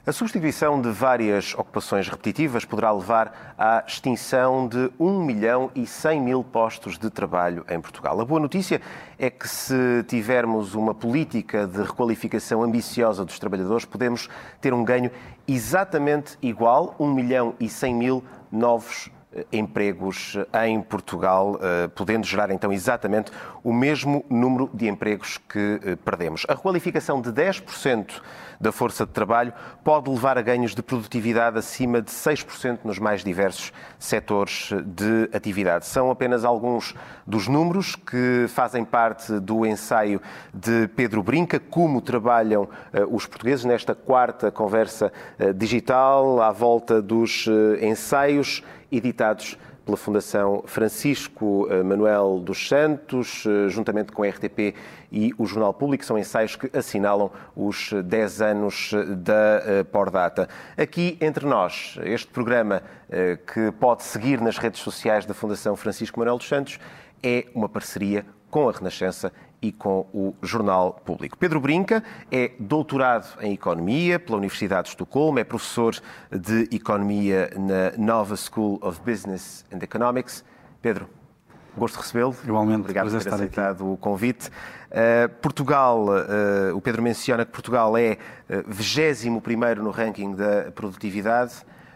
A substituição de várias ocupações repetitivas poderá levar à extinção de 1.100.000 postos de trabalho em Portugal. A boa notícia é que, se tivermos uma política de requalificação ambiciosa dos trabalhadores, podemos ter um ganho exatamente igual, 1.100.000 novos empregos em Portugal, podendo gerar então exatamente o mesmo número de empregos que perdemos. A requalificação de 10% da força de trabalho pode levar a ganhos de produtividade acima de 6% nos mais diversos setores de atividade. São apenas alguns dos números que fazem parte do ensaio de Pedro Brinca, como trabalham os portugueses, nesta quarta conversa digital à volta dos ensaios editados pela Fundação Francisco Manuel dos Santos, juntamente com a RTP e o Jornal Público. São ensaios que assinalam os 10 anos da Pordata. Aqui, entre nós, este programa que pode seguir nas redes sociais da Fundação Francisco Manuel dos Santos é uma parceria com a Renascença e com o Jornal Público. Pedro Brinca é doutorado em Economia pela Universidade de Estocolmo, é professor de Economia na Nova School of Business and Economics. Pedro, gosto de recebê-lo. Igualmente, obrigado por ter aceitado o convite. Portugal, o Pedro menciona que Portugal é 21º no ranking da produtividade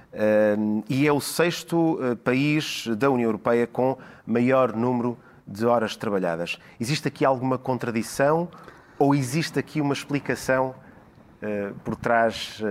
e é o 6º país da União Europeia com maior número de horas trabalhadas. Existe aqui alguma contradição ou existe aqui uma explicação por trás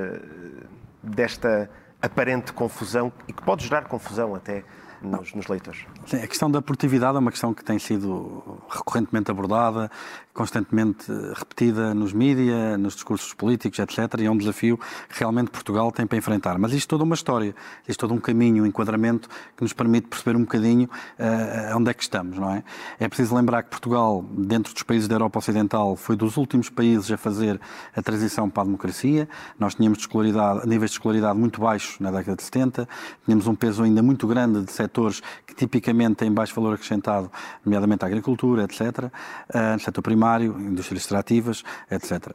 desta aparente confusão e que pode gerar confusão até nos leitores? Sim, a questão da produtividade é uma questão que tem sido recorrentemente abordada, constantemente repetida nos mídias, nos discursos políticos, etc. E é um desafio que realmente Portugal tem para enfrentar. Mas isto é toda uma história, isto é todo um caminho, um enquadramento que nos permite perceber um bocadinho onde é que estamos, não é? É preciso lembrar que Portugal, dentro dos países da Europa Ocidental, foi dos últimos países a fazer a transição para a democracia. Nós tínhamos níveis de escolaridade muito baixos na década de 70, tínhamos um peso ainda muito grande de setores que tipicamente têm baixo valor acrescentado, nomeadamente a agricultura, etc., setor primário, indústrias extrativas, etc.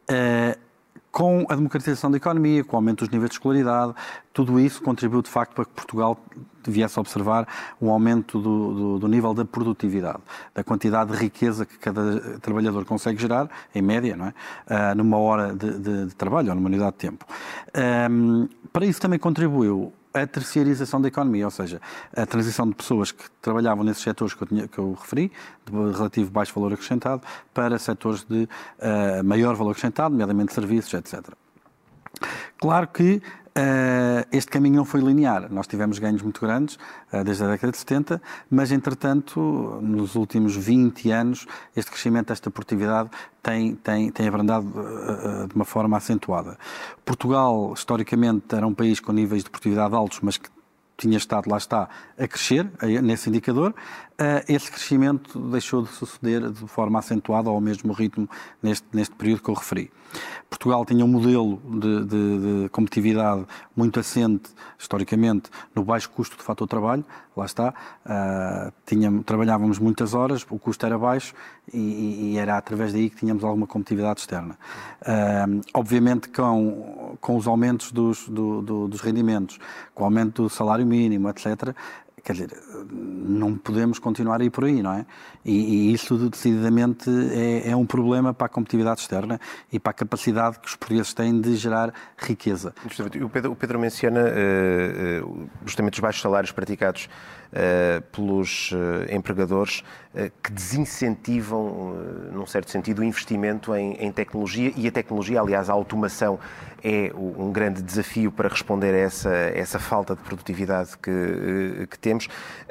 Com a democratização da economia, com o aumento dos níveis de escolaridade, tudo isso contribuiu de facto para que Portugal viesse a observar um aumento do nível da produtividade, da quantidade de riqueza que cada trabalhador consegue gerar, em média, não é? Numa hora de trabalho ou numa unidade de tempo. Para isso também contribuiu a terciarização da economia, ou seja, a transição de pessoas que trabalhavam nesses setores que eu referi, de relativo baixo valor acrescentado, para setores de maior valor acrescentado, nomeadamente serviços, etc. Claro que este caminho não foi linear. Nós tivemos ganhos muito grandes desde a década de 70, mas, entretanto, nos últimos 20 anos, este crescimento, esta produtividade tem abrandado de uma forma acentuada. Portugal, historicamente, era um país com níveis de produtividade altos, mas que tinha estado, lá está, a crescer nesse indicador. Esse crescimento deixou de suceder de forma acentuada ou ao mesmo ritmo neste período que eu referi. Portugal tinha um modelo de competitividade muito assente, historicamente, no baixo custo de fator trabalho, lá está, trabalhávamos muitas horas, o custo era baixo e era através daí que tínhamos alguma competitividade externa. Obviamente, com os aumentos dos rendimentos, com o aumento do salário mínimo, etc., quer dizer, não podemos continuar a ir por aí, não é? E isso, decididamente, é um problema para a competitividade externa e para a capacidade que os portugueses têm de gerar riqueza. O Pedro menciona justamente os baixos salários praticados pelos empregadores que desincentivam, num certo sentido, o investimento em tecnologia, e a tecnologia, aliás, a automação, é um grande desafio para responder a essa falta de produtividade que temos.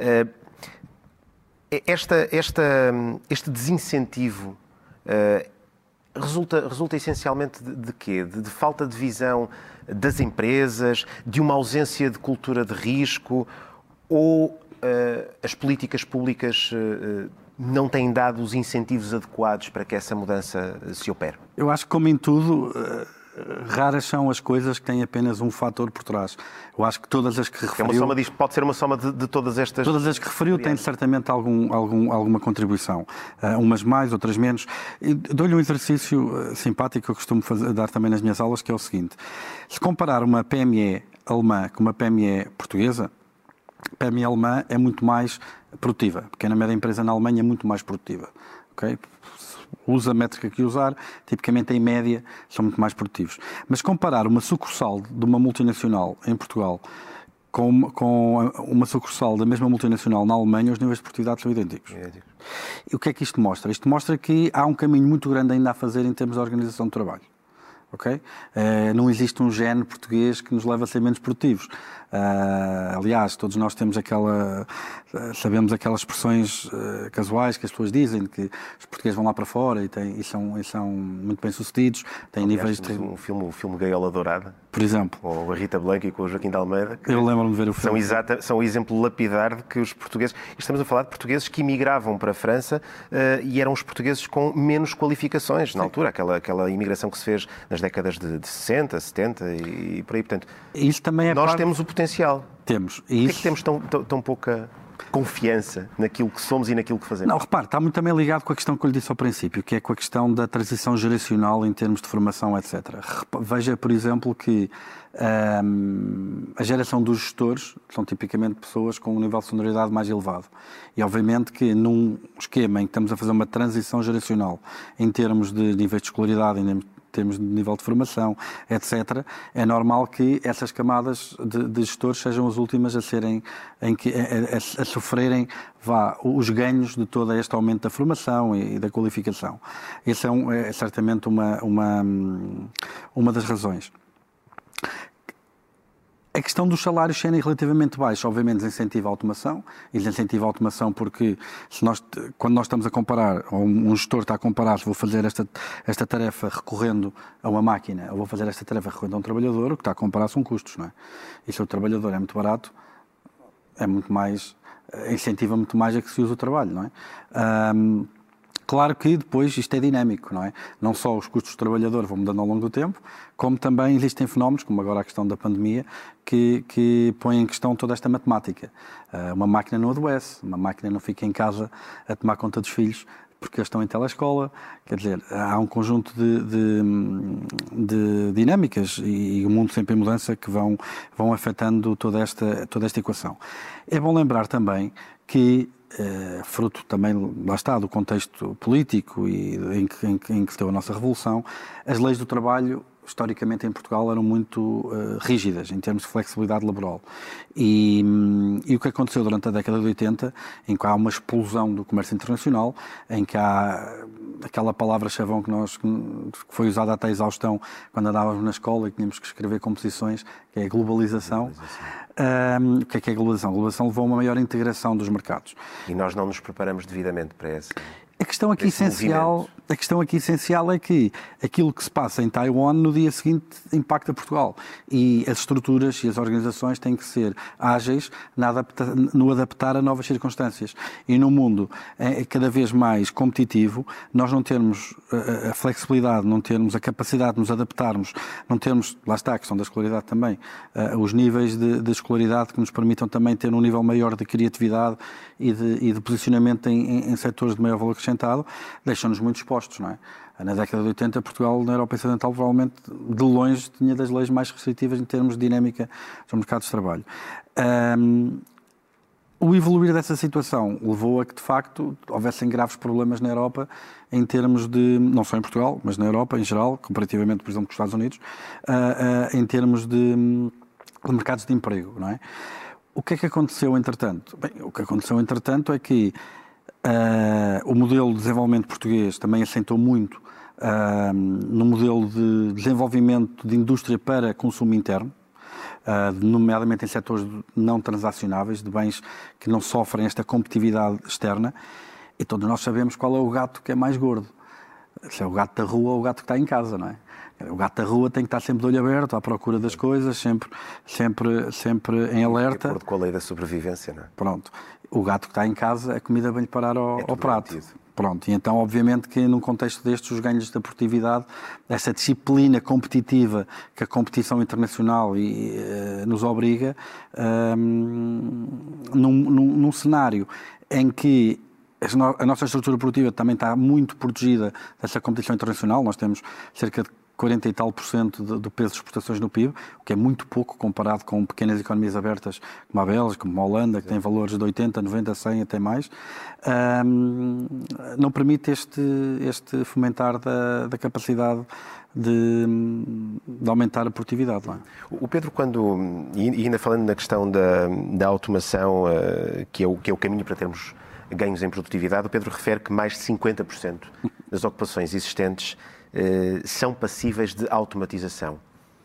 Este desincentivo resulta essencialmente de quê? De falta de visão das empresas, de uma ausência de cultura de risco, ou as políticas públicas não têm dado os incentivos adequados para que essa mudança se opere? Eu acho que, como em tudo, raras são as coisas que têm apenas um fator por trás. Eu acho que todas as que referiu... Pode ser uma soma de todas estas... Todas as que referiu têm certamente alguma contribuição. Umas mais, outras menos. Dou-lhe um exercício simpático que eu costumo dar também nas minhas aulas, que é o seguinte. Se comparar uma PME alemã com uma PME portuguesa, a PME alemã é muito mais produtiva. A pequena e média empresa na Alemanha é muito mais produtiva. Okay? Usa a métrica que usar, tipicamente em média são muito mais produtivos. Mas comparar uma sucursal de uma multinacional em Portugal com uma sucursal da mesma multinacional na Alemanha, os níveis de produtividade são idênticos. E o que é que isto mostra? Isto mostra que há um caminho muito grande ainda a fazer em termos de organização de trabalho. Okay? Não existe um gene português que nos leve a ser menos produtivos. Aliás, todos nós temos sabemos aquelas expressões casuais que as pessoas dizem, que os portugueses vão lá para fora e são muito bem-sucedidos, têm níveis de... O filme Gaiola Dourada, por exemplo. Com a Rita Blanco e com o Joaquim de Almeida. Eu lembro-me de ver o filme. São um exemplo lapidar de que os portugueses... Estamos a falar de portugueses que emigravam para a França e eram os portugueses com menos qualificações na altura, aquela imigração que se fez nas décadas de 60, 70 e por aí. Portanto, isso também nós temos o potencial. Temos. Por que é que temos tão pouca confiança naquilo que somos e naquilo que fazemos? Não, repare, está muito também ligado com a questão que eu lhe disse ao princípio, que é com a questão da transição geracional em termos de formação, etc. Veja, por exemplo, que a geração dos gestores são tipicamente pessoas com um nível de sonoridade mais elevado. E, obviamente, que num esquema em que estamos a fazer uma transição geracional em termos de níveis de escolaridade, em termos de nível de formação, etc., é normal que essas camadas de gestores sejam as últimas a sofrerem os ganhos de todo este aumento da formação e da qualificação. Essa é certamente uma das razões. A questão dos salários serem relativamente baixos, obviamente, desincentiva a automação. E desincentiva a automação porque, quando nós estamos a comparar, ou um gestor está a comparar, se vou fazer esta tarefa recorrendo a uma máquina, ou vou fazer esta tarefa recorrendo a um trabalhador, o que está a comparar são custos, não é? E se o trabalhador é muito barato, incentiva muito mais a que se use o trabalho, não é? Claro que depois isto é dinâmico, não é? Não só os custos do trabalhador vão mudando ao longo do tempo, como também existem fenómenos, como agora a questão da pandemia, que põem em questão toda esta matemática. Uma máquina não adoece, uma máquina não fica em casa a tomar conta dos filhos porque eles estão em telescola. Quer dizer, há um conjunto de dinâmicas e o mundo sempre em mudança que vão afetando toda esta equação. É bom lembrar também que fruto também, lá está, do contexto político e em que se deu a nossa revolução, as leis do trabalho, historicamente em Portugal, eram muito rígidas em termos de flexibilidade laboral. E o que aconteceu durante a década de 80, em que há uma explosão do comércio internacional, em que há aquela palavra-chavão que foi usada até a exaustão quando andávamos na escola e tínhamos que escrever composições, que é a globalização. O que é a globalização? A globalização levou a uma maior integração dos mercados. E nós não nos preparamos devidamente para esse A questão aqui essencial é que aquilo que se passa em Taiwan no dia seguinte impacta Portugal. E as estruturas e as organizações têm que ser ágeis no adaptar a novas circunstâncias. E no mundo cada vez mais competitivo, nós não termos a flexibilidade, não termos a capacidade de nos adaptarmos, não termos, lá está a questão da escolaridade também, os níveis de escolaridade que nos permitam também ter um nível maior de criatividade e de posicionamento em setores de maior valor acrescentado, deixam-nos muito expostos, não é? Na década de 80, Portugal, na Europa Ocidental, provavelmente, de longe, tinha das leis mais restritivas em termos de dinâmica dos mercados de trabalho. O evoluir dessa situação levou a que, de facto, houvessem graves problemas na Europa em termos de, não só em Portugal, mas na Europa em geral, comparativamente, por exemplo, com os Estados Unidos, em termos de mercados de emprego, não é? O que é que aconteceu, entretanto? Bem, o que aconteceu, entretanto, é que o modelo de desenvolvimento português também assentou muito no modelo de desenvolvimento de indústria para consumo interno, nomeadamente em setores não transacionáveis, de bens que não sofrem esta competitividade externa, e todos nós sabemos qual é o gato que é mais gordo. Se é o gato da rua ou o gato que está em casa, não é? O gato da rua tem que estar sempre de olho aberto, à procura das coisas, sempre em alerta. De acordo com a lei da sobrevivência, não é? Pronto. O gato que está em casa, a comida vem-lhe parar ao prato. Pronto, e então obviamente que num contexto destes os ganhos da produtividade, essa disciplina competitiva que a competição internacional nos obriga, num cenário em que a nossa estrutura produtiva também está muito protegida dessa competição internacional, nós temos cerca de 40 e tal % do peso de exportações no PIB, o que é muito pouco comparado com pequenas economias abertas como a Bélgica, como a Holanda, que tem valores de 80, 90, 100 até mais, não permite este fomentar da capacidade de aumentar a produtividade. Não é? O Pedro, e ainda falando na questão da automação, que é o caminho para termos ganhos em produtividade, o Pedro refere que mais de 50% das ocupações existentes são passíveis de automatização.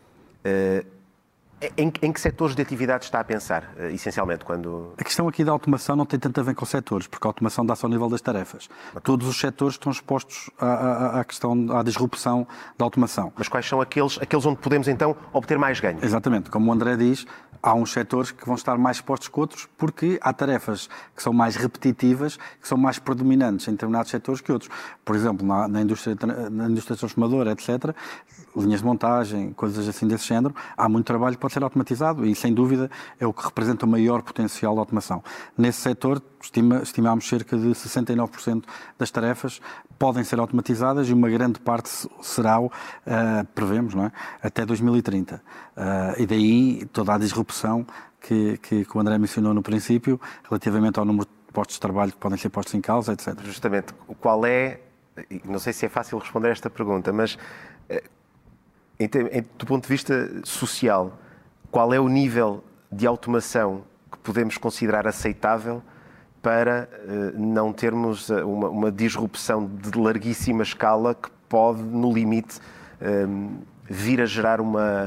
Em que setores de atividade está a pensar, essencialmente, quando... A questão aqui da automação não tem tanto a ver com setores, porque a automação dá-se ao nível das tarefas. Todos os setores estão expostos à disrupção da automação. Mas quais são aqueles onde podemos, então, obter mais ganhos? Exatamente. Como o André diz, há uns setores que vão estar mais expostos que outros, porque há tarefas que são mais repetitivas, que são mais predominantes em determinados setores que outros. Por exemplo, na indústria transformadora, etc., linhas de montagem, coisas assim desse género, há muito trabalho que pode ser automatizado e, sem dúvida, é o que representa o maior potencial de automação. Nesse setor, estimamos cerca de 69% das tarefas podem ser automatizadas e uma grande parte será, prevemos, não é? Até 2030. E daí toda a disrupção que o André mencionou no princípio, relativamente ao número de postos de trabalho que podem ser postos em causa, etc. Justamente, qual é, não sei se é fácil responder esta pergunta, mas do ponto de vista social, qual é o nível de automação que podemos considerar aceitável para não termos uma disrupção de larguíssima escala que pode, no limite, vir a gerar uma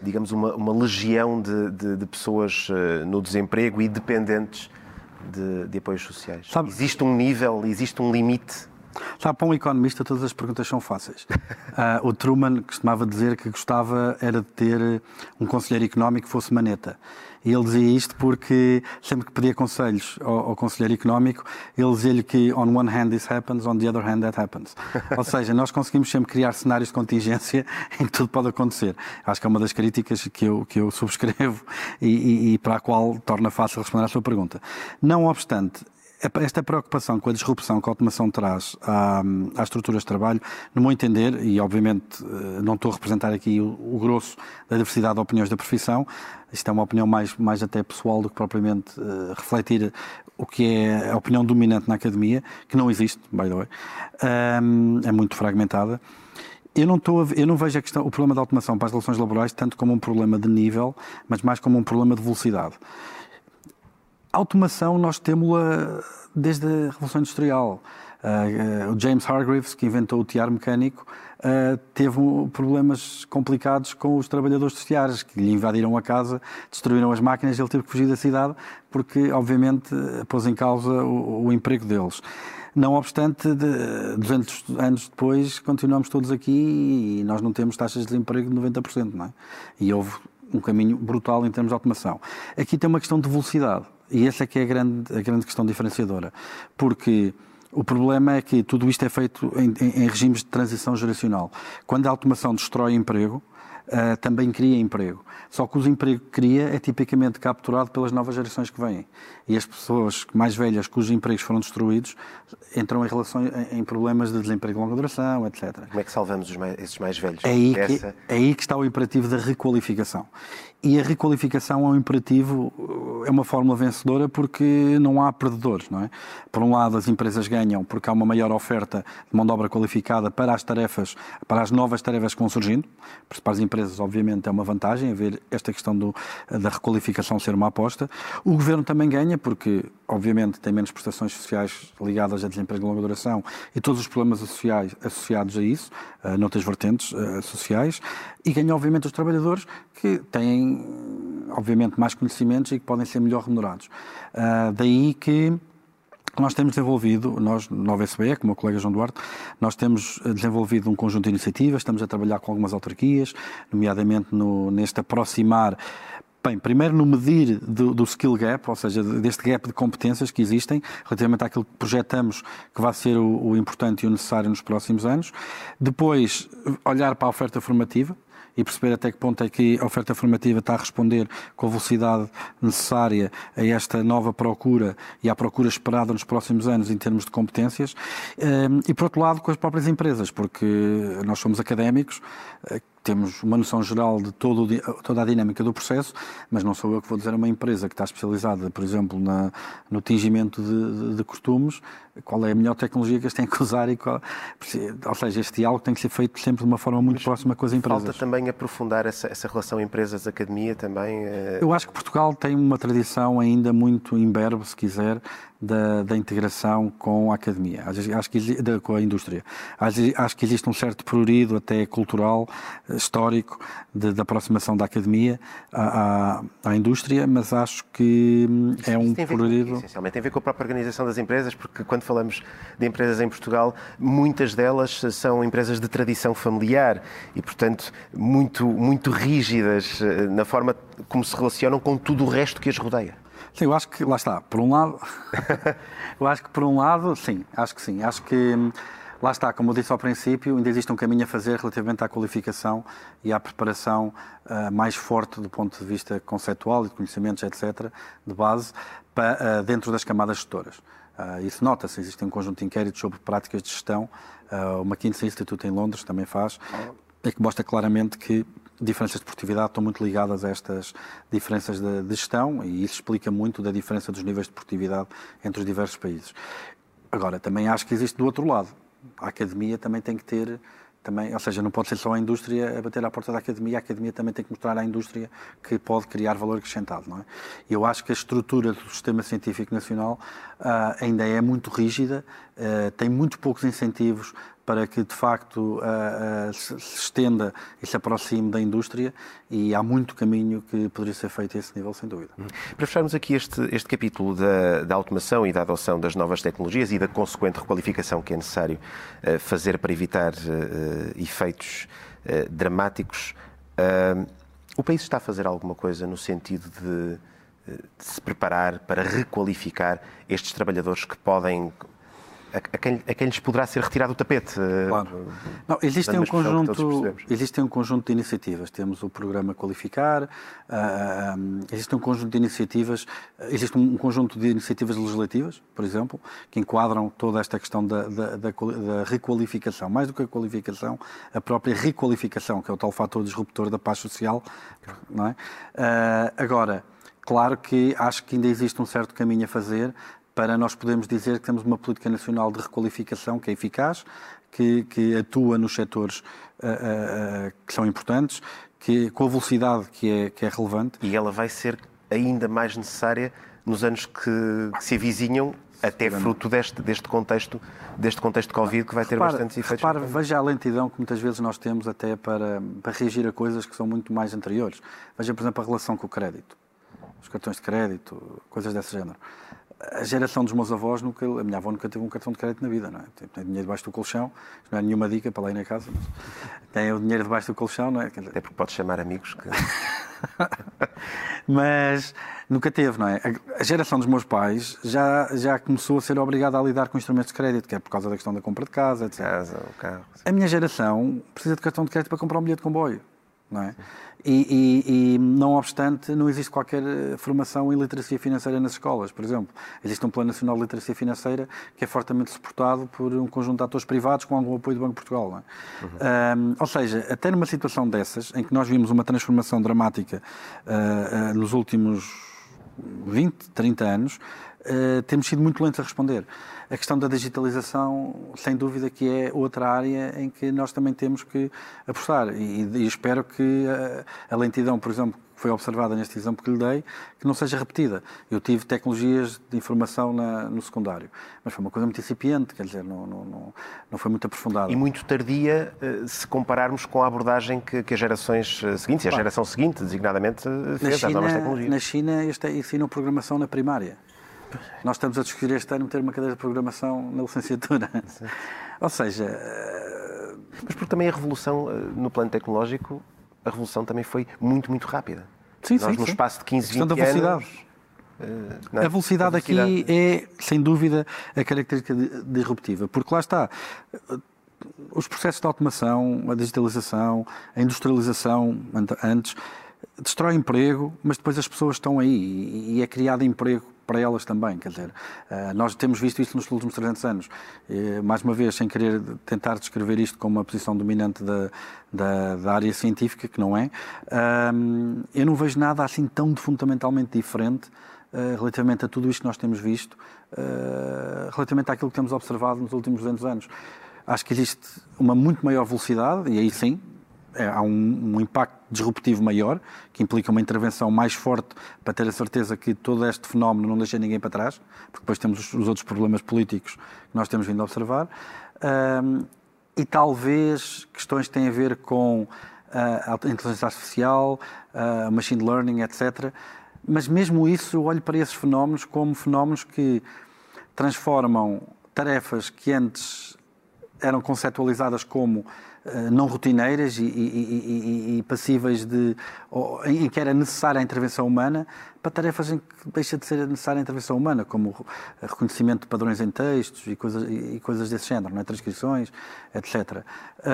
legião de pessoas no desemprego e dependentes de apoios sociais? Sabe, existe um nível, existe um limite? Sabe, para um economista todas as perguntas são fáceis. O Truman costumava dizer que gostava era de ter um conselheiro económico que fosse maneta. E ele dizia isto porque sempre que pedia conselhos ao conselheiro económico, ele dizia-lhe que on one hand this happens, on the other hand that happens. Ou seja, nós conseguimos sempre criar cenários de contingência em que tudo pode acontecer. Acho que é uma das críticas que eu subscrevo e para a qual torna fácil responder à sua pergunta. Não obstante, esta preocupação com a disrupção que a automação traz às estruturas de trabalho, no meu entender, e obviamente não estou a representar aqui o grosso da diversidade de opiniões da profissão, isto é uma opinião mais até pessoal do que propriamente refletir o que é a opinião dominante na academia, que não existe, by the way, é muito fragmentada. Eu não vejo o problema da automação para as relações laborais tanto como um problema de nível, mas mais como um problema de velocidade. A automação nós temos-la desde a Revolução Industrial. O James Hargreaves, que inventou o tear mecânico, teve problemas complicados com os trabalhadores de teares, que lhe invadiram a casa, destruíram as máquinas e ele teve que fugir da cidade porque, obviamente, pôs em causa o emprego deles. Não obstante, 200 anos depois, continuamos todos aqui e nós não temos taxas de desemprego de 90%, não é? E houve um caminho brutal em termos de automação. Aqui tem uma questão de velocidade. E essa é que é a grande questão diferenciadora. Porque o problema é que tudo isto é feito em regimes de transição geracional. Quando a automação destrói emprego, também cria emprego. Só que o emprego que cria é tipicamente capturado pelas novas gerações que vêm. E as pessoas mais velhas cujos empregos foram destruídos entram em problemas de desemprego de longa duração, etc. Como é que salvamos esses mais velhos? É aí que está o imperativo da requalificação. E a requalificação é um imperativo, é uma fórmula vencedora porque não há perdedores, não é? Por um lado, as empresas ganham porque há uma maior oferta de mão de obra qualificada para as novas tarefas que vão surgindo. Para as empresas, obviamente, é uma vantagem haver esta questão da requalificação ser uma aposta. O Governo também ganha porque, obviamente, tem menos prestações sociais ligadas a desemprego de longa duração e todos os problemas associados a isso, noutras vertentes sociais. E ganha, obviamente, os trabalhadores que têm, obviamente, mais conhecimentos e que podem ser melhor remunerados. Daí que nós temos desenvolvido, nós, no OVSBE, como o colega João Duarte, nós temos desenvolvido um conjunto de iniciativas, estamos a trabalhar com algumas autarquias, nomeadamente neste aproximar Bem, primeiro no medir do skill gap, ou seja, deste gap de competências que existem, relativamente àquilo que projetamos que vai ser o importante e o necessário nos próximos anos. Depois, olhar para a oferta formativa e perceber até que ponto é que a oferta formativa está a responder com a velocidade necessária a esta nova procura e à procura esperada nos próximos anos em termos de competências. E, por outro lado, com as próprias empresas, porque nós somos académicos, temos uma noção geral de toda a dinâmica do processo, mas não sou eu que vou dizer a uma empresa que está especializada, por exemplo, no tingimento de costumes, qual é a melhor tecnologia que eles têm que usar ou seja, este diálogo tem que ser feito sempre de uma forma muito próxima com as empresas. Falta também aprofundar essa relação empresas-academia também? Eu acho que Portugal tem uma tradição ainda muito imberbe, se quiser, da integração com a academia, com a indústria. Acho que existe um certo prurido até cultural, histórico, da aproximação da academia à indústria, mas acho que é um prurido... Essencialmente tem a ver com a própria organização das empresas, porque quando falamos de empresas em Portugal, muitas delas são empresas de tradição familiar e, portanto, muito rígidas na forma como se relacionam com tudo o resto que as rodeia. Sim, eu acho que, lá está, por um lado, sim, acho que sim. Acho que, lá está, como eu disse ao princípio, ainda existe um caminho a fazer relativamente à qualificação e à preparação mais forte do ponto de vista conceitual e de conhecimentos, etc., de base, dentro das camadas gestoras. Isso nota-se, existe um conjunto de inquéritos sobre práticas de gestão, o McKinsey Institute em Londres também faz, e que mostra claramente que diferenças de produtividade estão muito ligadas a estas diferenças de gestão e isso explica muito da diferença dos níveis de produtividade entre os diversos países. Agora, também acho que existe do outro lado. A academia também tem que ter, ou seja, não pode ser só a indústria a bater à porta da academia, a academia também tem que mostrar à indústria que pode criar valor acrescentado, não é? Eu acho que a estrutura do sistema científico nacional ainda é muito rígida, tem muito poucos incentivos para que, de facto, se estenda e se aproxime da indústria e há muito caminho que poderia ser feito a esse nível, sem dúvida. Para fecharmos aqui este capítulo da automação e da adoção das novas tecnologias e da consequente requalificação que é necessário fazer para evitar efeitos dramáticos, o país está a fazer alguma coisa no sentido de se preparar para requalificar estes trabalhadores que podem... A quem lhes poderá ser retirado o tapete. Claro. Não, existe um conjunto de iniciativas. Temos o programa Qualificar, existe um conjunto de iniciativas, legislativas, por exemplo, que enquadram toda esta questão da requalificação. Mais do que a qualificação, a própria requalificação, que é o tal fator disruptor da paz social. Não é? Agora, claro que acho que ainda existe um certo caminho a fazer para nós podermos dizer que temos uma política nacional de requalificação que é eficaz, que atua nos setores que são importantes, com a velocidade que é relevante. E ela vai ser ainda mais necessária nos anos que se avizinham, até fruto deste contexto Covid, que vai ter bastantes efeitos. Veja a lentidão que muitas vezes nós temos até para reagir a coisas que são muito mais anteriores. Veja, por exemplo, a relação com o crédito, os cartões de crédito, coisas desse género. A geração dos meus avós, a minha avó nunca teve um cartão de crédito na vida, não é? Tem dinheiro debaixo do colchão, isto não é nenhuma dica para lá ir na casa, mas tem o dinheiro debaixo do colchão, não é? Até porque pode chamar amigos que... Mas nunca teve, não é? A geração dos meus pais já começou a ser obrigada a lidar com instrumentos de crédito, que é por causa da questão da compra de casa, etc. O carro. A minha geração precisa de cartão de crédito para comprar um bilhete de comboio. Não é? E, não obstante, não existe qualquer formação em literacia financeira nas escolas, por exemplo. Existe um Plano Nacional de Literacia Financeira que é fortemente suportado por um conjunto de atores privados com algum apoio do Banco de Portugal. Não é? Ou seja, até numa situação dessas, em que nós vimos uma transformação dramática nos últimos 20, 30 anos, temos sido muito lentos a responder. A questão da digitalização, sem dúvida que é outra área em que nós também temos que apostar e espero que a lentidão, por exemplo, que foi observada neste exemplo que lhe dei, que não seja repetida. Eu tive tecnologias de informação no secundário, mas foi uma coisa muito incipiente, quer dizer, não foi muito aprofundada. E muito tardia, se compararmos com a abordagem que as gerações seguintes, e a geração seguinte, designadamente, fez às novas tecnologias. Na China, ensinam programação na primária. Nós estamos a discutir este ano ter uma cadeira de programação na licenciatura. Sim. Ou seja... Mas porque também a revolução, no plano tecnológico, a revolução também foi muito, muito rápida. Sim, Nós, no espaço de 15, 20 anos... A velocidade aqui é, sem dúvida, a característica disruptiva, porque lá está, os processos de automação, a digitalização, a industrialização, antes, destrói emprego, mas depois as pessoas estão aí e é criado emprego para elas também, quer dizer, nós temos visto isto nos últimos 300 anos. Mais uma vez, sem querer tentar descrever isto como uma posição dominante da área científica, que não é, eu não vejo nada assim tão fundamentalmente diferente relativamente a tudo isto que nós temos visto, relativamente àquilo que temos observado nos últimos 200 anos. Acho que existe uma muito maior velocidade, e aí sim, há um impacto disruptivo maior, que implica uma intervenção mais forte para ter a certeza que todo este fenómeno não deixa ninguém para trás, porque depois temos os outros problemas políticos que nós temos vindo a observar, e talvez questões que têm a ver com a inteligência artificial, machine learning, etc., mas mesmo isso, eu olho para esses fenómenos como fenómenos que transformam tarefas que antes eram conceptualizadas como não rotineiras e passíveis em que era necessária a intervenção humana, para tarefas em que deixa de ser necessária a intervenção humana, como reconhecimento de padrões em textos e coisas desse género, não é? Transcrições, etc.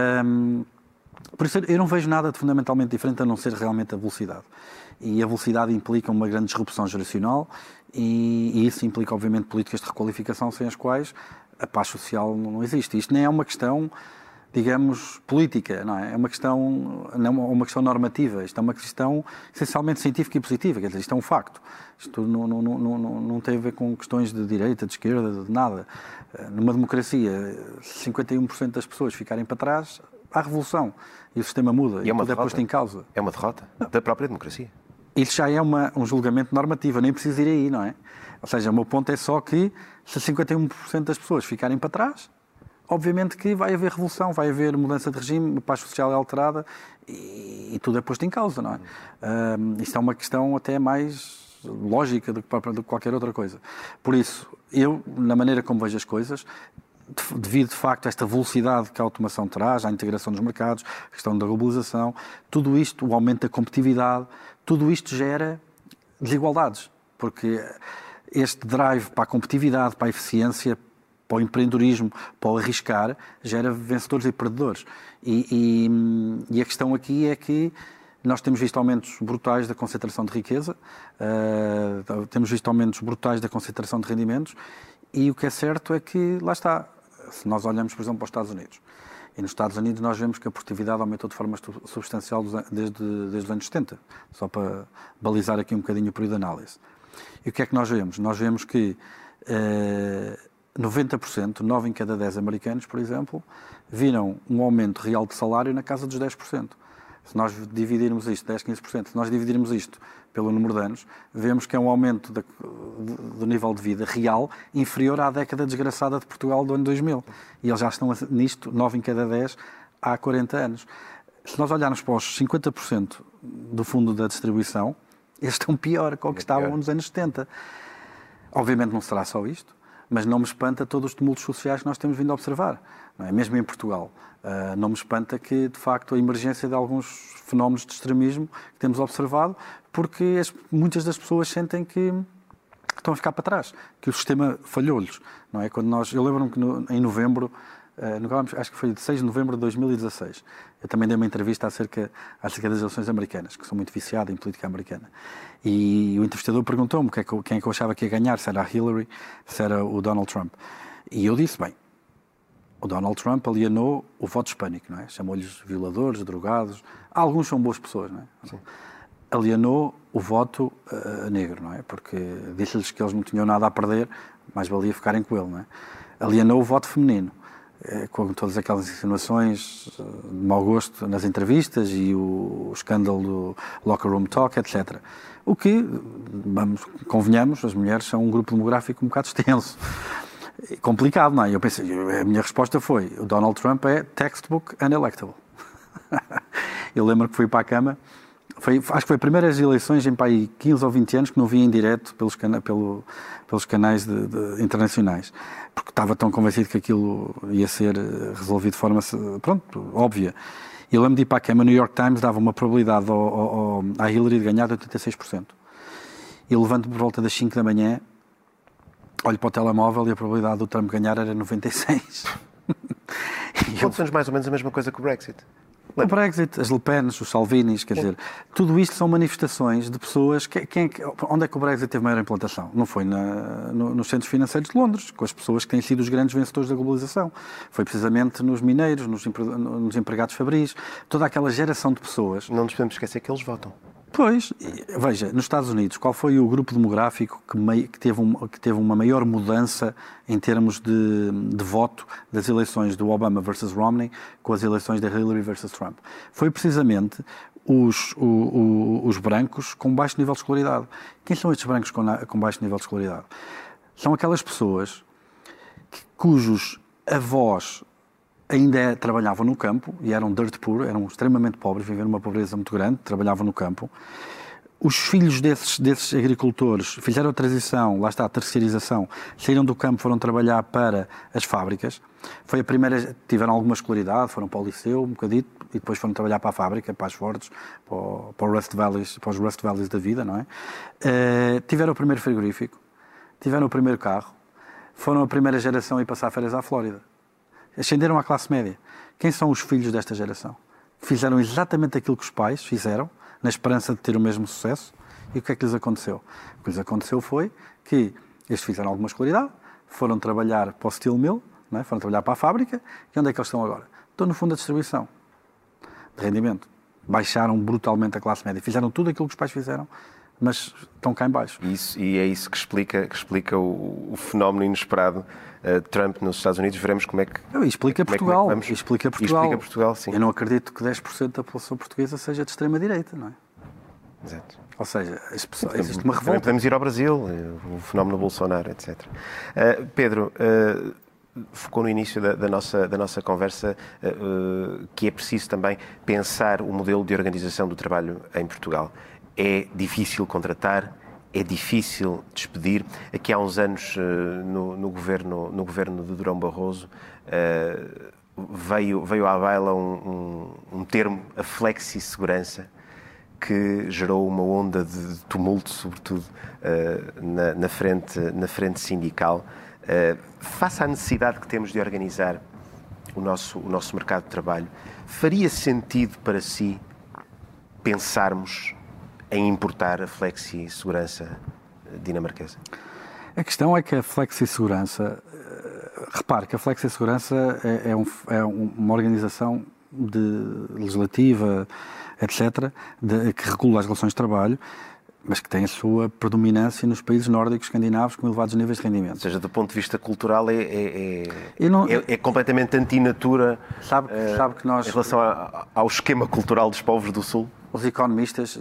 Por isso eu não vejo nada de fundamentalmente diferente a não ser realmente a velocidade. E a velocidade implica uma grande disrupção geracional e isso implica, obviamente, políticas de requalificação sem as quais a paz social não existe. Isto nem é uma questão, digamos, política, não é? É uma questão, não é uma questão normativa. Isto é uma questão essencialmente científica e positiva. Quer dizer, isto é um facto. Isto não tem a ver com questões de direita, de esquerda, de nada. Numa democracia, 51% das pessoas ficarem para trás, há revolução. E o sistema muda. E tudo é posto em causa. É uma derrota da própria democracia. Isso já é um julgamento normativo, nem precisa ir aí, não é? Ou seja, o meu ponto é só que se 51% das pessoas ficarem para trás, obviamente que vai haver revolução, vai haver mudança de regime, a paz social é alterada e tudo é posto em causa, não é? Isto é uma questão até mais lógica do que qualquer outra coisa. Por isso, eu, na maneira como vejo as coisas, devido de facto a esta velocidade que a automação traz, à integração dos mercados, a questão da globalização, tudo isto, o aumento da competitividade, tudo isto gera desigualdades, porque este drive para a competitividade, para a eficiência, para o empreendedorismo, para o arriscar, gera vencedores e perdedores. E a questão aqui é que nós temos visto aumentos brutais da concentração de riqueza, temos visto aumentos brutais da concentração de rendimentos, e o que é certo é que, lá está, se nós olhamos, por exemplo, para os Estados Unidos, e nos Estados Unidos nós vemos que a produtividade aumentou de forma substancial desde os anos 70, só para balizar aqui um bocadinho o período de análise. E o que é que nós vemos? Nós vemos que 90%, 9 em cada 10 americanos, por exemplo, viram um aumento real de salário na casa dos 10%. Se nós dividirmos isto, 10, 15%, se nós dividirmos isto pelo número de anos, vemos que é um aumento do nível de vida real inferior à década desgraçada de Portugal do ano 2000. E eles já estão nisto, 9 em cada 10, há 40 anos. Se nós olharmos para os 50% do fundo da distribuição, eles estão pior que o que estavam nos anos 70. Obviamente não será só isto, mas não me espanta todos os tumultos sociais que nós temos vindo a observar, não é? Mesmo em Portugal. Não me espanta que, de facto, a emergência de alguns fenómenos de extremismo que temos observado, porque muitas das pessoas sentem que estão a ficar para trás, que o sistema falhou-lhes, não é? Eu lembro-me que em novembro, acho que foi de 6 de novembro de 2016, eu também dei uma entrevista acerca das eleições americanas, que sou muito viciado em política americana. E o entrevistador perguntou-me quem é que eu achava que ia ganhar, se era a Hillary, se era o Donald Trump. E eu disse, bem, o Donald Trump alienou o voto hispânico, não é? Chamou-lhes violadores, drogados. Alguns são boas pessoas, não é? Sim. Alienou o voto negro, não é? Porque disse-lhes que eles não tinham nada a perder, mais valia ficarem com ele, não é? Alienou o voto feminino, com todas aquelas insinuações de mau gosto nas entrevistas e o escândalo do locker room talk, etc. O que, convenhamos, as mulheres são um grupo demográfico um bocado extenso. Complicado, não é? Eu pensei, a minha resposta foi, o Donald Trump é textbook unelectable. Eu lembro que fui para a cama Acho que foi as primeiras eleições em 15 ou 20 anos que não vi em direto pelos canais internacionais, porque estava tão convencido que aquilo ia ser resolvido de forma, pronto, óbvia. E eu lembro de ir para a cama, o New York Times dava uma probabilidade à Hillary de ganhar de 86%. E eu levanto-me por volta das 5 da manhã, olho para o telemóvel e a probabilidade do Trump ganhar era 96%. Aconteceu-nos mais ou menos a mesma coisa que o Brexit. O Brexit, as Le Pen, os Salvinis, quer dizer, tudo isto são manifestações de pessoas... Onde é que o Brexit teve maior implantação? Não foi nos centros financeiros de Londres, com as pessoas que têm sido os grandes vencedores da globalização. Foi precisamente nos mineiros, nos empregados fabris, toda aquela geração de pessoas... Não nos podemos esquecer que eles votam. Pois, veja, nos Estados Unidos, qual foi o grupo demográfico que teve uma maior mudança em termos de voto das eleições do Obama versus Romney com as eleições da Hillary versus Trump? Foi precisamente os brancos com baixo nível de escolaridade. Quem são estes brancos com baixo nível de escolaridade? São aquelas pessoas cujos avós ainda trabalhavam no campo e eram dirt poor, eram extremamente pobres, viviam numa pobreza muito grande, trabalhavam no campo. Os filhos desses agricultores fizeram a transição, lá está a terceirização, saíram do campo, foram trabalhar para as fábricas. Foi a primeira, tiveram alguma escolaridade, foram para o liceu, um bocadito, e depois foram trabalhar para a fábrica, para as Fords, para os Rust Valleys da vida, não é? Tiveram o primeiro frigorífico, tiveram o primeiro carro, foram a primeira geração a ir passar férias à Flórida. Ascenderam à classe média. Quem são os filhos desta geração? Fizeram exatamente aquilo que os pais fizeram, na esperança de ter o mesmo sucesso. E o que é que lhes aconteceu? O que lhes aconteceu foi que eles fizeram alguma escolaridade, foram trabalhar para o steel mill, não é? Foram trabalhar para a fábrica. E onde é que eles estão agora? Estão no fundo da distribuição de rendimento. Baixaram brutalmente a classe média. Fizeram tudo aquilo que os pais fizeram, mas estão cá em baixo. E é isso que explica o fenómeno inesperado Trump nos Estados Unidos. Veremos como é que... Explica Portugal. Explica Portugal, sim. Eu não acredito que 10% da população portuguesa seja de extrema-direita, não é? Exato. Ou seja, existe uma revolta. Podemos ir ao Brasil, o fenómeno Bolsonaro, etc. Pedro, focou no início da nossa conversa que é preciso também pensar o modelo de organização do trabalho em Portugal. É difícil contratar, é difícil despedir. Aqui há uns anos, no governo de Durão Barroso, veio à baila um termo, a flexi-segurança, que gerou uma onda de tumulto, sobretudo na frente sindical. Face à necessidade que temos de organizar o nosso mercado de trabalho, faria sentido para si pensarmos em importar a flexi-segurança dinamarquesa? A questão é que a flexi-segurança... Repare que a flexi-segurança é uma organização legislativa, etc., que regula as relações de trabalho, mas que tem a sua predominância nos países nórdicos escandinavos com elevados níveis de rendimento. Ou seja, do ponto de vista cultural é completamente antinatura sabe que nós, em relação ao esquema cultural dos povos do Sul? Os economistas,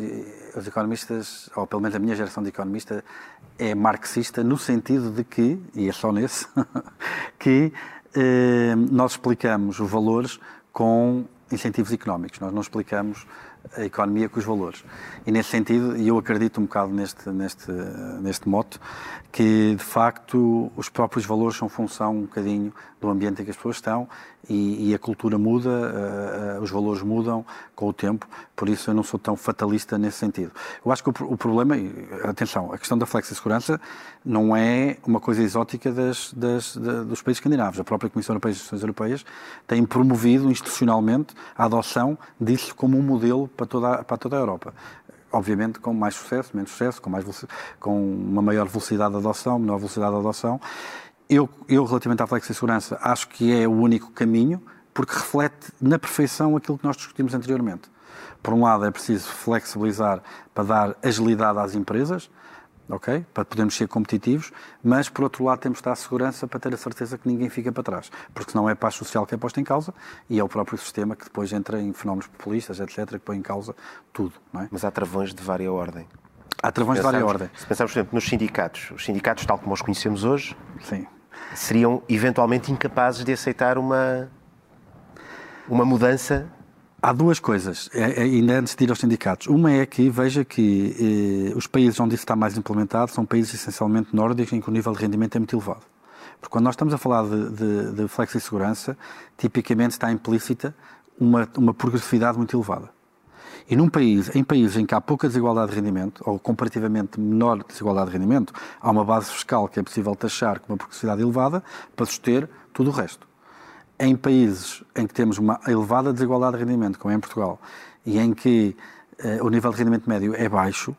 ou pelo menos a minha geração de economista, é marxista no sentido de que, e é só nesse, que nós explicamos os valores com incentivos económicos. Nós não explicamos a economia com os valores. E nesse sentido, e eu acredito um bocado neste mote, que de facto os próprios valores são função um bocadinho do ambiente em que as pessoas estão e a cultura muda, os valores mudam com o tempo, por isso eu não sou tão fatalista nesse sentido. Eu acho que o problema, atenção, a questão da flexi-segurança não é uma coisa exótica dos países escandinavos. A própria Comissão Europeia e as instituições europeias têm promovido institucionalmente a adoção disso como um modelo para toda a Europa. Obviamente com mais sucesso, menos sucesso, com uma maior velocidade de adoção, menor velocidade de adoção. Eu relativamente à flexi-segurança, acho que é o único caminho, porque reflete na perfeição aquilo que nós discutimos anteriormente. Por um lado, é preciso flexibilizar para dar agilidade às empresas, okay? Para podermos ser competitivos, mas, por outro lado, temos de dar segurança para ter a certeza que ninguém fica para trás, porque senão é a paz social que é posta em causa e é o próprio sistema que depois entra em fenómenos populistas, etc., que põe em causa tudo. Não é? Mas há travões de vária ordem. Há travões de vária ordem. Se pensarmos, por exemplo, nos sindicatos, os sindicatos, tal como os conhecemos hoje, sim, seriam eventualmente incapazes de aceitar uma mudança Há duas coisas, ainda antes de ir aos sindicatos. Uma é que, veja que os países onde isso está mais implementado são países essencialmente nórdicos em que o nível de rendimento é muito elevado. Porque quando nós estamos a falar de flexi-segurança, tipicamente está implícita uma progressividade muito elevada. E em países em que há pouca desigualdade de rendimento, ou comparativamente menor desigualdade de rendimento, há uma base fiscal que é possível taxar com uma progressividade elevada para suster tudo o resto. Em países em que temos uma elevada desigualdade de rendimento, como é em Portugal, e em que o nível de rendimento médio é baixo,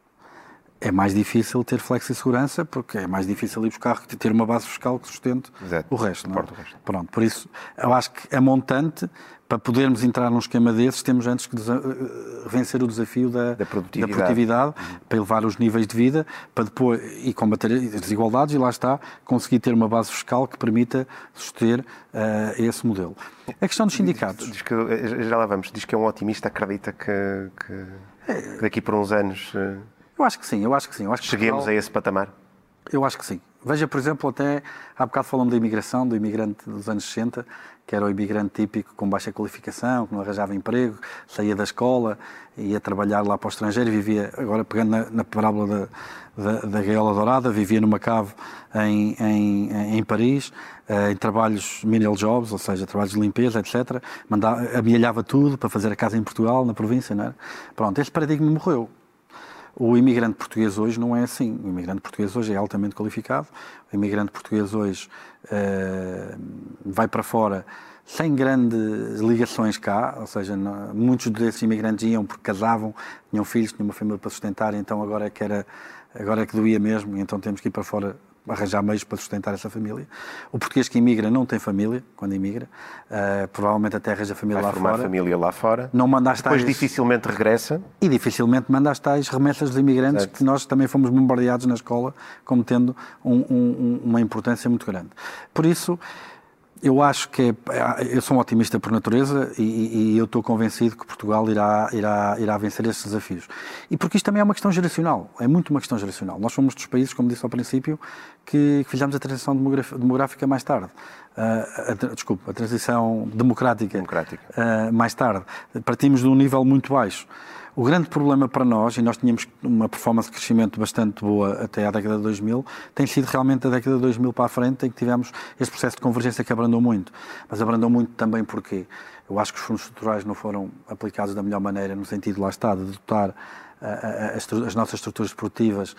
é mais difícil ter flexi-segurança, porque é mais difícil ir buscar ter uma base fiscal que sustente o resto. Não é? Pronto, por isso, eu acho que a montante, para podermos entrar num esquema desses, temos antes que vencer o desafio da produtividade para elevar os níveis de vida, para depois, e combater as desigualdades, e lá está, conseguir ter uma base fiscal que permita suster esse modelo. A questão dos sindicatos... Já lá vamos. Diz que é um otimista, acredita que daqui por uns anos... Eu acho que sim. Cheguemos a esse patamar? Eu acho que sim. Veja, por exemplo, até há bocado falamos da imigração, do imigrante dos anos 60, que era o imigrante típico com baixa qualificação, que não arranjava emprego, saía da escola, ia trabalhar lá para o estrangeiro e vivia, agora pegando na parábola da gaiola dourada, vivia numa cave em Paris, em trabalhos menial jobs, ou seja, trabalhos de limpeza, etc. Amealhava tudo para fazer a casa em Portugal, na província, não era? Pronto, esse paradigma morreu. O imigrante português hoje não é assim. O imigrante português hoje é altamente qualificado. O imigrante português hoje vai para fora sem grandes ligações cá, ou seja, muitos desses imigrantes iam porque casavam, tinham filhos, tinham uma família para sustentar, então agora é que doía mesmo, e então temos que ir para fora arranjar meios para sustentar essa família. O português que imigra não tem família, quando imigra, provavelmente até arranja família lá fora. Vai formar família lá fora, não manda as depois dificilmente regressa. E dificilmente manda as tais remessas dos imigrantes, que nós também fomos bombardeados na escola como tendo uma importância muito grande. Por isso, eu acho que eu sou um otimista por natureza e eu estou convencido que Portugal irá vencer estes desafios. E porque isto também é uma questão geracional, é muito uma questão geracional. Nós somos dos países, como disse ao princípio, que fizemos a transição demográfica mais tarde. A transição democrática. Mais tarde. Partimos de um nível muito baixo. O grande problema para nós, e nós tínhamos uma performance de crescimento bastante boa até à década de 2000, tem sido realmente da década de 2000 para a frente em que tivemos este processo de convergência que abrandou muito. Mas abrandou muito também porque eu acho que os fundos estruturais não foram aplicados da melhor maneira, no sentido, lá está, de dotar as nossas estruturas produtivas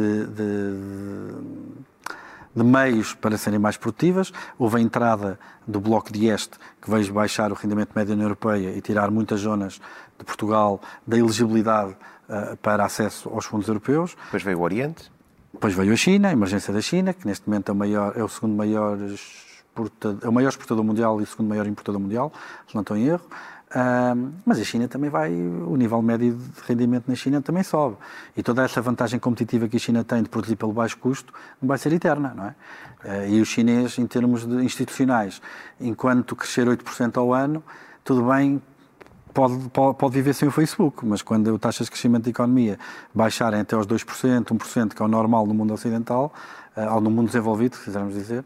de meios para serem mais produtivas. Houve a entrada do Bloco de Este, que veio baixar o rendimento médio na União Europeia e tirar muitas zonas de Portugal da elegibilidade para acesso aos fundos europeus. Depois veio o Oriente. Depois veio a China, a emergência da China, que neste momento é o segundo maior é o maior exportador mundial e o segundo maior importador mundial, se não estou em erro. Mas a China também o nível médio de rendimento na China também sobe. E toda essa vantagem competitiva que a China tem de produzir pelo baixo custo não vai ser eterna, não é? E o chinês, em termos institucionais, enquanto crescer 8% ao ano, tudo bem, pode viver sem o Facebook, mas quando as taxas de crescimento da economia baixarem até aos 2%, 1%, que é o normal no mundo ocidental, ou no mundo desenvolvido, se quisermos dizer,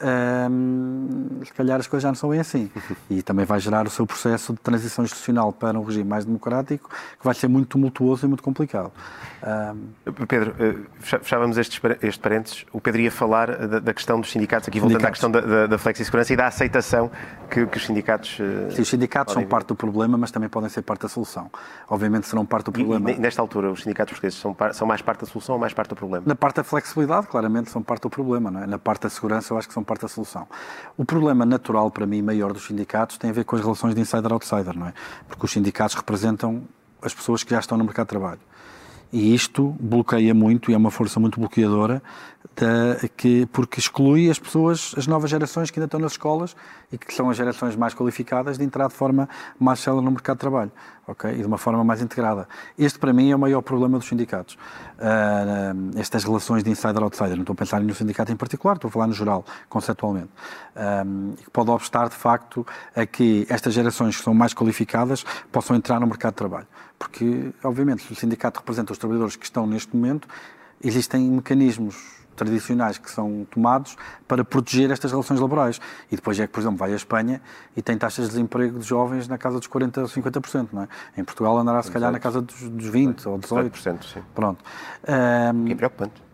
se calhar as coisas já não são bem assim. E também vai gerar o seu processo de transição institucional para um regime mais democrático, que vai ser muito tumultuoso e muito complicado. Pedro, fechávamos este parênteses. O Pedro ia falar da questão dos sindicatos, aqui voltando à questão da flexi-segurança e da aceitação que os sindicatos... Sim, os sindicatos são parte do problema, mas também podem ser parte da solução. Obviamente serão parte do problema. E nesta altura, os sindicatos portugueses são mais parte da solução ou mais parte do problema? Na parte da flexibilidade, claramente, são parte do problema, não é? Na parte da segurança, eu acho que são parte da solução. O problema natural, para mim, maior dos sindicatos tem a ver com as relações de insider-outsider, não é? Porque os sindicatos representam as pessoas que já estão no mercado de trabalho. E isto bloqueia muito, e é uma força muito bloqueadora, porque exclui as pessoas, as novas gerações que ainda estão nas escolas e que são as gerações mais qualificadas de entrar de forma mais célere no mercado de trabalho, okay? E de uma forma mais integrada. Este, para mim, é o maior problema dos sindicatos. Estas relações de insider-outsider. Não estou a pensar em nenhum sindicato em particular, estou a falar no geral, conceptualmente. Que pode obstar, de facto, a que estas gerações que são mais qualificadas possam entrar no mercado de trabalho. Porque, obviamente, se o sindicato representa os trabalhadores que estão neste momento, existem mecanismos de tradicionais que são tomados para proteger estas relações laborais. E depois é que, por exemplo, vai à Espanha e tem taxas de desemprego de jovens na casa dos 40% ou 50%, não é? Em Portugal andará, se calhar, na casa dos 20% ou 18%. Sim. Pronto. Que é preocupante.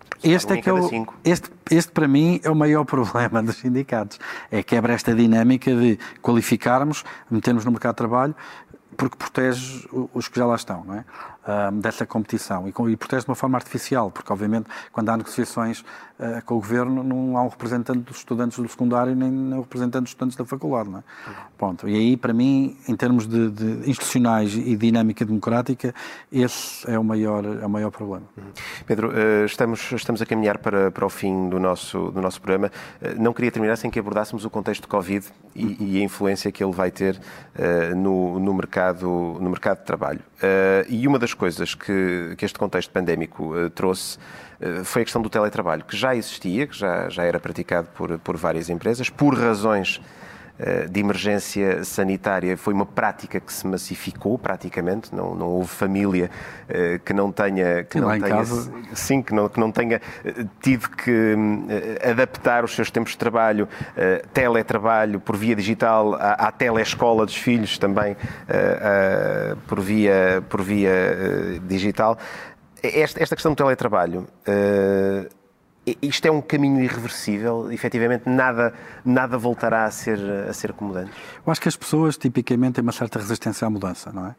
Este, para mim, é o maior problema dos sindicatos. É quebra esta dinâmica de qualificarmos, metermos no mercado de trabalho, porque protege os que já lá estão, não é? Dessa competição. E protege de uma forma artificial, porque, obviamente, quando há negociações com o Governo, não há um representante dos estudantes do secundário, nem um representante dos estudantes da faculdade, não é? Pronto. E aí, para mim, em termos de institucionais e dinâmica democrática, esse é o maior problema. Pedro, estamos a caminhar para o fim do nosso programa. Não queria terminar sem que abordássemos o contexto de Covid e a influência que ele vai ter no mercado de trabalho. E uma das coisas que este contexto pandémico trouxe foi a questão do teletrabalho, que já existia, que já era praticado por várias empresas, por razões de emergência sanitária. Foi uma prática que se massificou praticamente, não houve família que não tenha tido que adaptar os seus tempos de trabalho, teletrabalho por via digital, à telescola dos filhos também por via digital. Esta questão do teletrabalho, isto é um caminho irreversível? Efetivamente, nada voltará a ser acomodante? Eu acho que as pessoas, tipicamente, têm uma certa resistência à mudança, não é?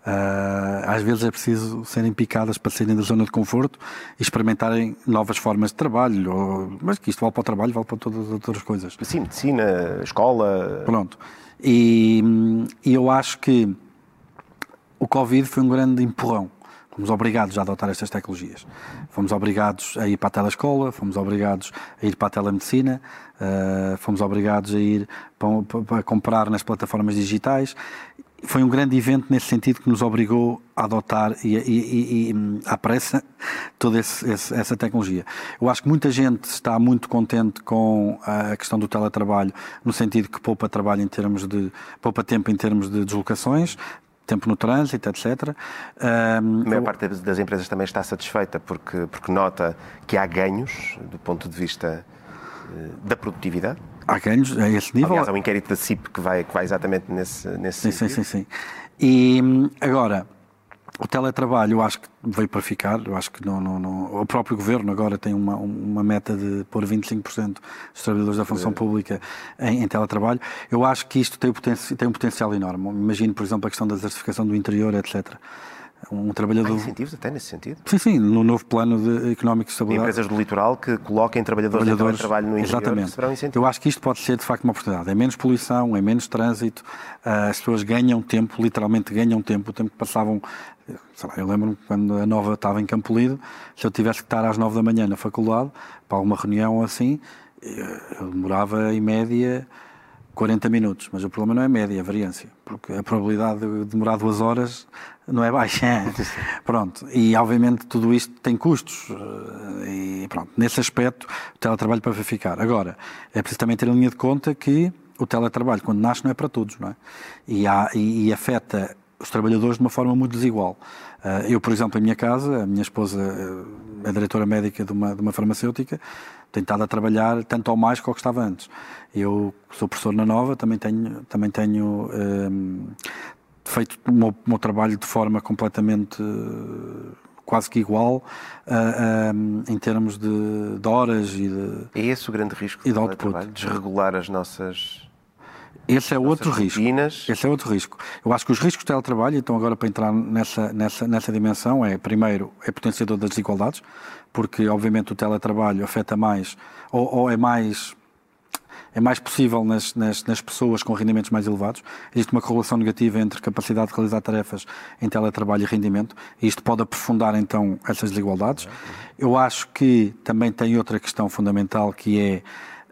Às vezes é preciso serem picadas para saírem da zona de conforto e experimentarem novas formas de trabalho. Mas que isto vale para o trabalho, vale para todas as outras coisas. Sim, medicina, escola... Pronto. E eu acho que o Covid foi um grande empurrão. Fomos obrigados a adotar estas tecnologias. Fomos obrigados a ir para a telescola, fomos obrigados a ir para a telemedicina, fomos obrigados a ir para comprar nas plataformas digitais. Foi um grande evento nesse sentido que nos obrigou a adotar e à pressa toda essa tecnologia. Eu acho que muita gente está muito contente com a questão do teletrabalho, no sentido que poupa tempo em termos de deslocações, tempo no trânsito, etc. A maior parte das empresas também está satisfeita porque nota que há ganhos do ponto de vista da produtividade. Há ganhos a esse nível. Aliás, há um inquérito da CIP que vai exatamente nesse sentido. Sim. E agora, o teletrabalho eu acho que veio para ficar. Eu acho que o próprio Governo agora tem uma meta de pôr 25% dos trabalhadores da função pública em teletrabalho. Eu acho que isto tem um potencial enorme. Imagino, por exemplo, a questão da desertificação do interior, etc. Um trabalhador... Há incentivos até nesse sentido? Sim, no novo plano económico de estabilidade. Empresas do litoral que coloquem trabalhadores em teletrabalho no interior. Exatamente. Serão incentivos. Eu acho que isto pode ser, de facto, uma oportunidade. É menos poluição, é menos trânsito, as pessoas ganham tempo, literalmente ganham tempo, o tempo que passavam... Eu lembro-me quando a Nova estava em Campolide, se eu tivesse que estar às 9 da manhã na faculdade, para alguma reunião ou assim, eu demorava, em média, 40 minutos. Mas o problema não é média, é variância. Porque a probabilidade de demorar 2 horas não é baixa. Pronto. E, obviamente, tudo isto tem custos. E, pronto. Nesse aspecto, o teletrabalho para ficar. Agora, é preciso também ter em linha de conta que o teletrabalho, quando nasce, não é para todos, não é? E afeta os trabalhadores de uma forma muito desigual. Eu, por exemplo, em minha casa, a minha esposa é diretora médica de uma farmacêutica, tem estado a trabalhar tanto ou mais que o que estava antes. Eu sou professor na Nova, também tenho feito o meu trabalho de forma completamente quase que igual em termos de horas e de... É esse o grande risco do teletrabalho? Desregular as nossas... Esse é outro risco. Eu acho que os riscos do teletrabalho, então agora para entrar nessa dimensão, primeiro, é potenciador das desigualdades, porque obviamente o teletrabalho afeta mais, ou é mais possível nas pessoas com rendimentos mais elevados. Existe uma correlação negativa entre capacidade de realizar tarefas em teletrabalho e rendimento, e isto pode aprofundar então essas desigualdades. Eu acho que também tem outra questão fundamental, que é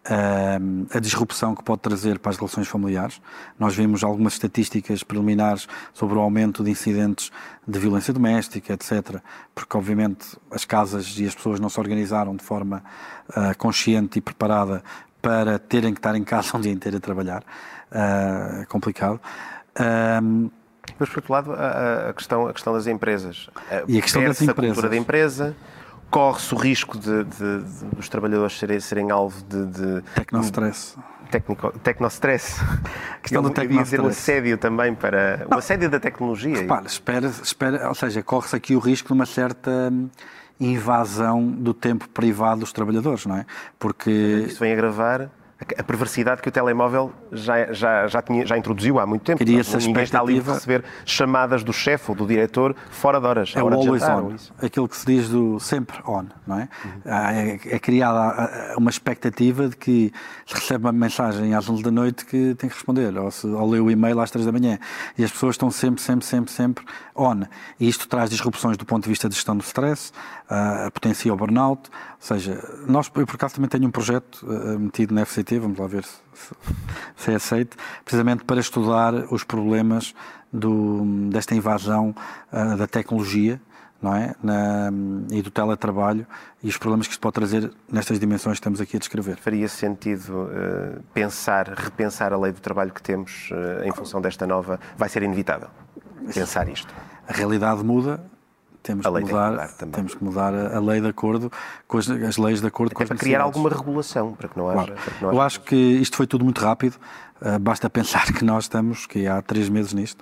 a disrupção que pode trazer para as relações familiares. Nós vimos algumas estatísticas preliminares sobre o aumento de incidentes de violência doméstica, etc., porque obviamente as casas e as pessoas não se organizaram de forma consciente e preparada para terem que estar em casa um dia inteiro a trabalhar. É complicado. Mas, por outro lado, a questão das empresas. E a questão das empresas. A cultura da empresa, corre-se o risco dos trabalhadores serem alvo de Tecnostress. Tecnostress. Questão do tecnostress. Um assédio também para... O assédio da tecnologia. Repara, espera, ou seja, corre-se aqui o risco de uma certa invasão do tempo privado dos trabalhadores, não é? Porque... Isto vem agravar a perversidade que o telemóvel já introduziu há muito tempo. Ninguém está ali a receber chamadas do chefe ou do diretor fora de horas. É o always on, aquilo que se diz do sempre on, não é? É criada uma expectativa de que se recebe uma mensagem às 11 da noite que tem que responder, ou lê o e-mail às 3 da manhã. E as pessoas estão sempre on. E isto traz disrupções do ponto de vista de gestão do stress, potencia o burnout. Ou seja, eu por acaso também tenho um projeto metido na FCT, vamos lá ver se é aceito, precisamente para estudar os problemas desta invasão da tecnologia, não é? E do teletrabalho e os problemas que isto pode trazer nestas dimensões que estamos aqui a descrever. Faria sentido repensar a lei do trabalho que temos em função desta nova... Vai ser inevitável pensar isto. A realidade muda. Temos que mudar a lei de acordo com as leis de acordo com as necessidades. Para criar alguma regulação, para que não haja... Claro. Eu acho que isto foi tudo muito rápido. Basta pensar que nós estamos há 3 meses nisto.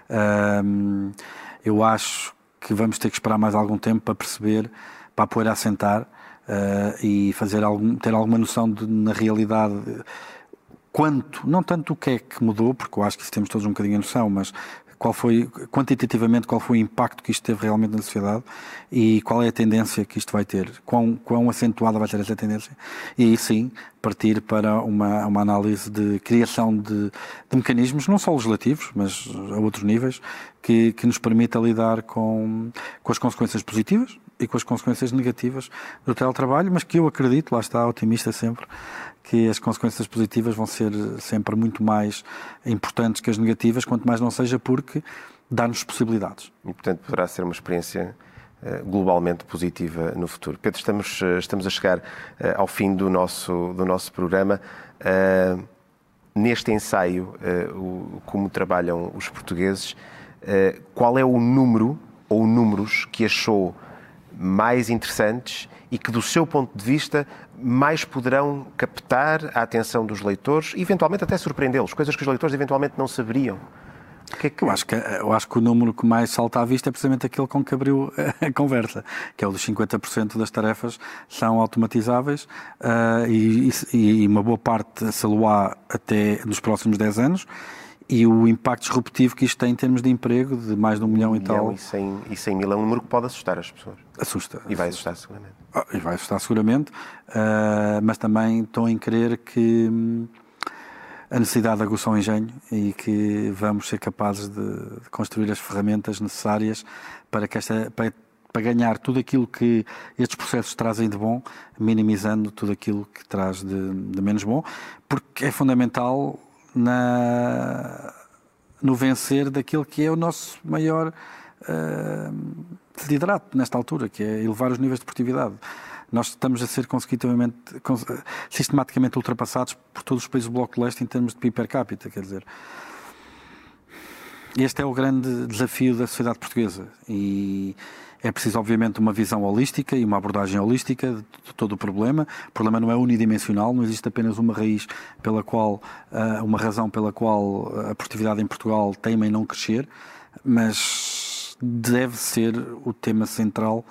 Eu acho que vamos ter que esperar mais algum tempo para perceber, para a poeira assentar e ter alguma noção na realidade não tanto o que é que mudou, porque eu acho que isso temos todos um bocadinho a noção, mas quantitativamente, qual foi o impacto que isto teve realmente na sociedade e qual é a tendência que isto vai ter, quão acentuada vai ser essa tendência, e aí sim partir para uma análise de criação de mecanismos, não só legislativos, mas a outros níveis, que nos permita lidar com as consequências positivas e com as consequências negativas do teletrabalho, mas que eu acredito, lá está, otimista sempre, que as consequências positivas vão ser sempre muito mais importantes que as negativas, quanto mais não seja porque dá-nos possibilidades. E, portanto, poderá ser uma experiência globalmente positiva no futuro. Pedro, estamos a chegar ao fim do nosso programa. Neste ensaio, como trabalham os portugueses, qual é o número ou números que achou mais interessantes e que, do seu ponto de vista, mais poderão captar a atenção dos leitores e, eventualmente, até surpreendê-los, coisas que os leitores, eventualmente, não saberiam? Eu acho que o número que mais salta à vista é precisamente aquele com que abriu a conversa, que é o dos 50% das tarefas são automatizáveis e uma boa parte sê-lo-á até nos próximos 10 anos. E o impacto disruptivo que isto tem em termos de emprego, de mais de 1 milhão e tal. E 100 mil é um número que pode assustar as pessoas. Assusta. E vai assustar seguramente. Mas também estou em crer que a necessidade aguça o engenho e que vamos ser capazes de construir as ferramentas necessárias para ganhar tudo aquilo que estes processos trazem de bom, minimizando tudo aquilo que traz de menos bom, porque é fundamental no vencer daquilo que é o nosso maior desidrato nesta altura, que é elevar os níveis de produtividade. Nós estamos a ser sistematicamente ultrapassados por todos os países do Bloco de Leste em termos de PIB per capita, quer dizer. Este é o grande desafio da sociedade portuguesa e é preciso, obviamente, uma visão holística e uma abordagem holística de todo o problema. O problema não é unidimensional, não existe apenas uma razão pela qual a produtividade em Portugal teima em não crescer, mas deve ser o tema central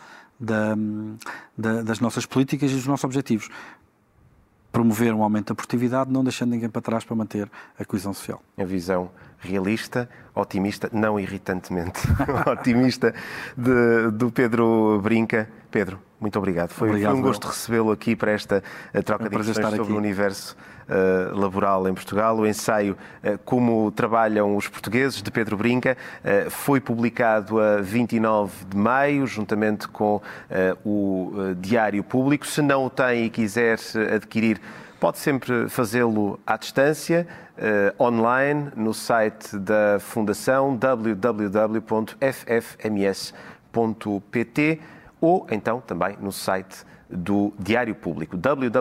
das nossas políticas e dos nossos objetivos. Promover um aumento da produtividade, não deixando ninguém para trás para manter a coesão social. A visão realista, otimista, não irritantemente otimista, do Pedro Brinca. Pedro, muito obrigado. Foi um gosto recebê-lo aqui para esta troca de impressões sobre o universo laboral em Portugal. O ensaio Como Trabalham os Portugueses, de Pedro Brinca, foi publicado a 29 de maio, juntamente com o Diário Público. Se não o tem e quiser adquirir, pode sempre fazê-lo à distância, online, no site da Fundação, www.ffms.pt, ou então também no site do Diário Público,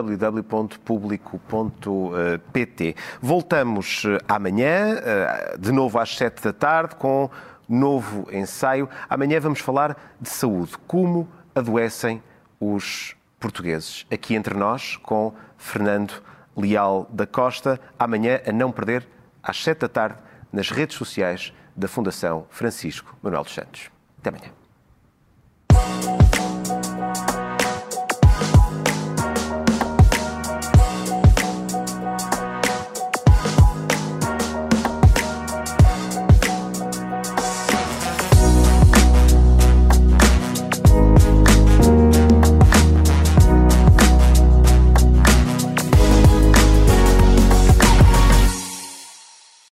www.publico.pt. Voltamos amanhã, de novo às 7 da tarde, com novo ensaio. Amanhã vamos falar de saúde, como adoecem os portugueses. Aqui entre nós, com Fernando Leal da Costa, amanhã a não perder, às 7 da tarde, nas redes sociais da Fundação Francisco Manuel dos Santos. Até amanhã.